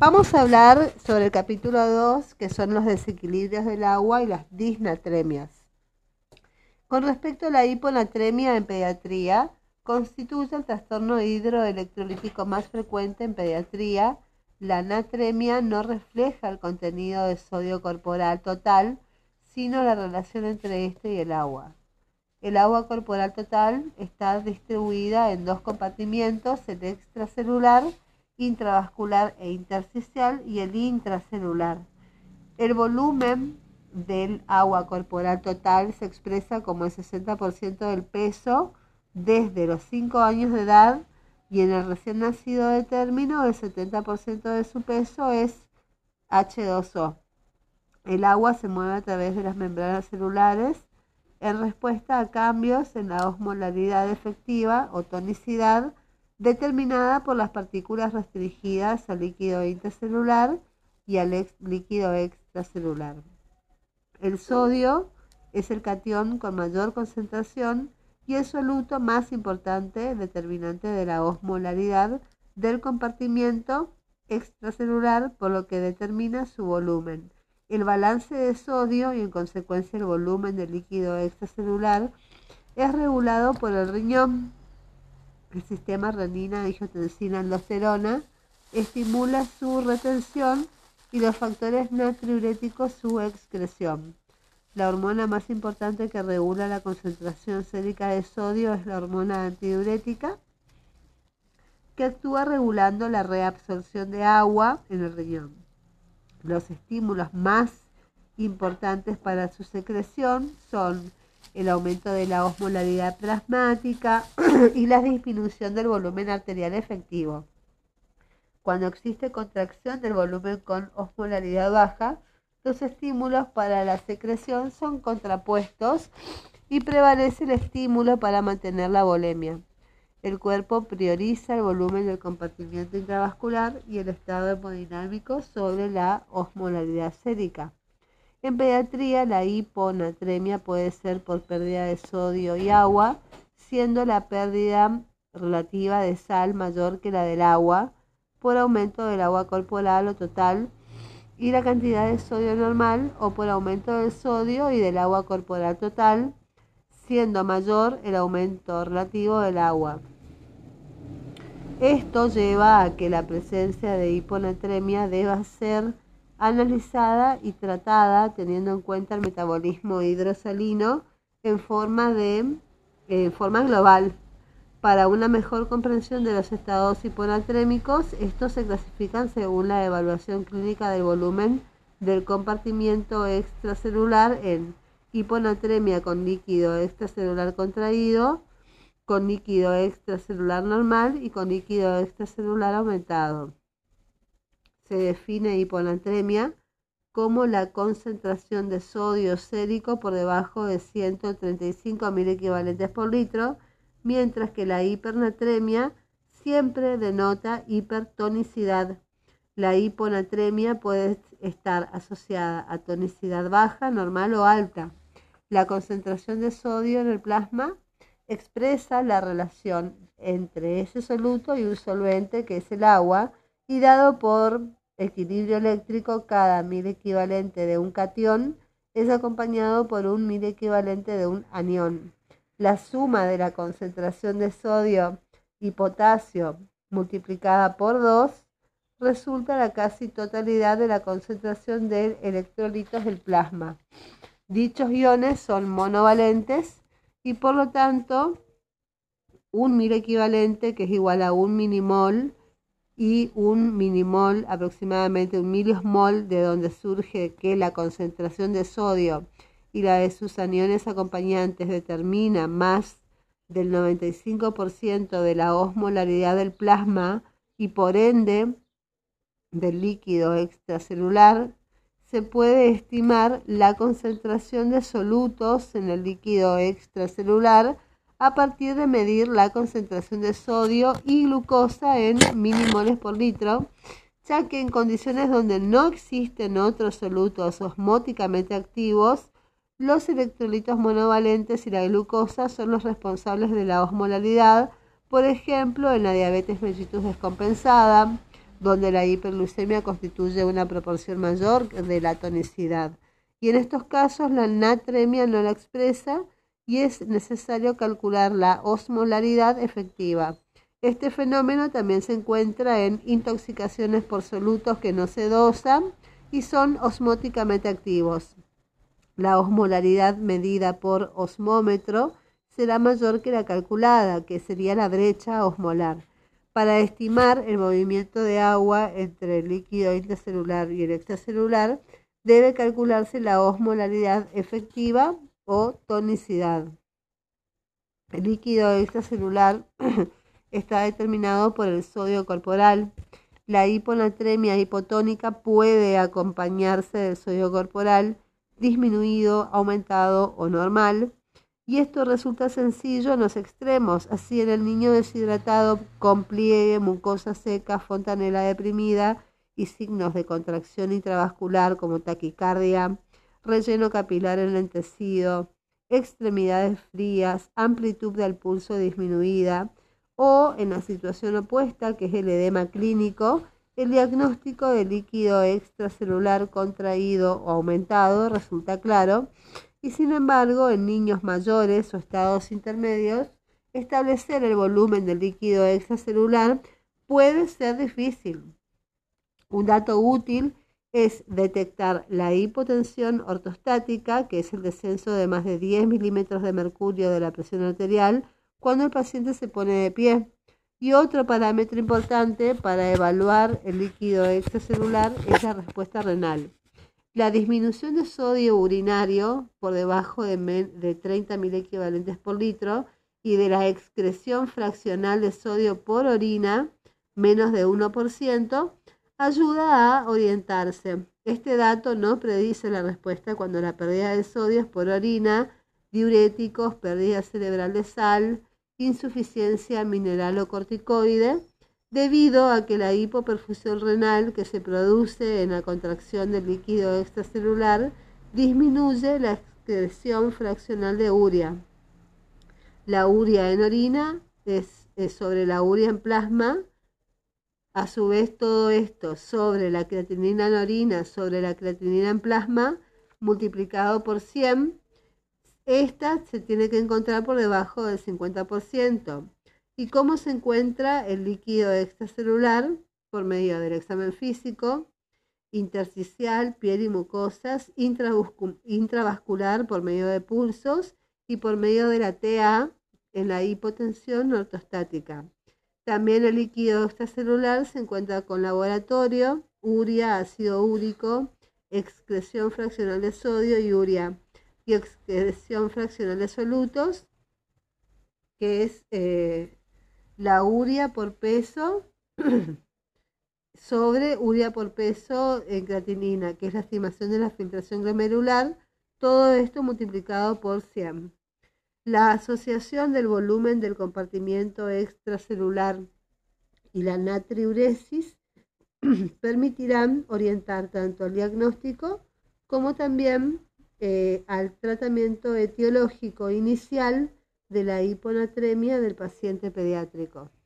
Vamos a hablar sobre el capítulo 2, que son los desequilibrios del agua y las disnatremias. Con respecto a la hiponatremia en pediatría, constituye el trastorno hidroelectrolítico más frecuente en pediatría. La natremia no refleja el contenido de sodio corporal total, sino la relación entre este y el agua. El agua corporal total está distribuida en dos compartimientos, el extracelular, intravascular e intersticial, y el intracelular. El volumen del agua corporal total se expresa como el 60% del peso desde los 5 años de edad, y en el recién nacido de término el 70% de su peso es H2O. El agua se mueve a través de las membranas celulares en respuesta a cambios en la osmolaridad efectiva o tonicidad determinada por las partículas restringidas al líquido intracelular y al líquido extracelular. El sodio es el catión con mayor concentración y el soluto más importante, determinante de la osmolaridad del compartimiento extracelular, por lo que determina su volumen. El balance de sodio y en consecuencia el volumen del líquido extracelular es regulado por el riñón. El sistema renina-angiotensina-aldosterona estimula su retención y los factores natriuréticos su excreción. La hormona más importante que regula la concentración sérica de sodio es la hormona antidiurética, que actúa regulando la reabsorción de agua en el riñón. Los estímulos más importantes para su secreción son el aumento de la osmolaridad plasmática y la disminución del volumen arterial efectivo. Cuando existe contracción del volumen con osmolaridad baja, los estímulos para la secreción son contrapuestos y prevalece el estímulo para mantener la volemia. El cuerpo prioriza el volumen del compartimiento intravascular y el estado hemodinámico sobre la osmolaridad sérica. En pediatría, la hiponatremia puede ser por pérdida de sodio y agua, siendo la pérdida relativa de sal mayor que la del agua, por aumento del agua corporal o total y la cantidad de sodio normal, o por aumento del sodio y del agua corporal total, siendo mayor el aumento relativo del agua. Esto lleva a que la presencia de hiponatremia deba ser analizada y tratada teniendo en cuenta el metabolismo hidrosalino en forma global. Para una mejor comprensión de los estados hiponatrémicos, estos se clasifican según la evaluación clínica del volumen del compartimiento extracelular en hiponatremia con líquido extracelular contraído, con líquido extracelular normal y con líquido extracelular aumentado. Se define hiponatremia como la concentración de sodio sérico por debajo de 135 mil por litro, mientras que la hipernatremia siempre denota hipertonicidad. La hiponatremia puede estar asociada a tonicidad baja, normal o alta. La concentración de sodio en el plasma expresa la relación entre ese soluto y un solvente, que es el agua, y dado por equilibrio eléctrico, cada mil equivalente de un catión es acompañado por un mil equivalente de un anión. La suma de la concentración de sodio y potasio multiplicada por 2 resulta la casi totalidad de la concentración de electrolitos del plasma. Dichos iones son monovalentes y por lo tanto un mil equivalente, que es igual a un minimol, y un minimol, aproximadamente un miliosmol, de donde surge que la concentración de sodio y la de sus aniones acompañantes determina más del 95% de la osmolaridad del plasma y por ende del líquido extracelular. Se puede estimar la concentración de solutos en el líquido extracelular a partir de medir la concentración de sodio y glucosa en milimoles por litro, ya que en condiciones donde no existen otros solutos osmóticamente activos, los electrolitos monovalentes y la glucosa son los responsables de la osmolaridad, por ejemplo, en la diabetes mellitus descompensada, donde la hiperglucemia constituye una proporción mayor de la tonicidad. Y en estos casos la natremia no la expresa y es necesario calcular la osmolaridad efectiva. Este fenómeno también se encuentra en intoxicaciones por solutos que no se dosan y son osmóticamente activos. La osmolaridad medida por osmómetro será mayor que la calculada, que sería la brecha osmolar. Para estimar el movimiento de agua entre el líquido intracelular y el extracelular, debe calcularse la osmolaridad efectiva o tonicidad. El líquido extracelular está determinado por el sodio corporal. La hiponatremia hipotónica puede acompañarse del sodio corporal disminuido, aumentado o normal, y esto resulta sencillo en los extremos, así en el niño deshidratado con pliegue, mucosa seca, fontanela deprimida y signos de contracción intravascular como taquicardia, relleno capilar enlentecido, extremidades frías, amplitud del pulso disminuida, o en la situación opuesta, que es el edema clínico, el diagnóstico de líquido extracelular contraído o aumentado resulta claro, y sin embargo en niños mayores o estados intermedios, establecer el volumen del líquido extracelular puede ser difícil. Un dato útil es detectar la hipotensión ortostática, que es el descenso de más de 10 milímetros de mercurio de la presión arterial cuando el paciente se pone de pie. Y otro parámetro importante para evaluar el líquido extracelular es la respuesta renal. La disminución de sodio urinario por debajo de 30 miliequivalentes por litro y de la excreción fraccional de sodio por orina, menos de 1%, ayuda a orientarse. Este dato no predice la respuesta cuando la pérdida de sodio es por orina, diuréticos, pérdida cerebral de sal, insuficiencia mineralocorticoide, debido a que la hipoperfusión renal que se produce en la contracción del líquido extracelular disminuye la excreción fraccional de urea. La urea en orina es sobre la urea en plasma. A su vez, todo esto sobre la creatinina en orina, sobre la creatinina en plasma, multiplicado por 100, esta se tiene que encontrar por debajo del 50%. ¿Y cómo se encuentra el líquido extracelular? Por medio del examen físico, intersticial, piel y mucosas, intravascular por medio de pulsos y por medio de la TA en la hipotensión ortostática. También el líquido extracelular se encuentra con laboratorio, urea, ácido úrico, excreción fraccional de sodio y urea, y excreción fraccional de solutos, que es la urea por peso sobre urea por peso en creatinina, que es la estimación de la filtración glomerular, todo esto multiplicado por 100. La asociación del volumen del compartimiento extracelular y la natriuresis permitirán orientar tanto al diagnóstico como también al tratamiento etiológico inicial de la hiponatremia del paciente pediátrico.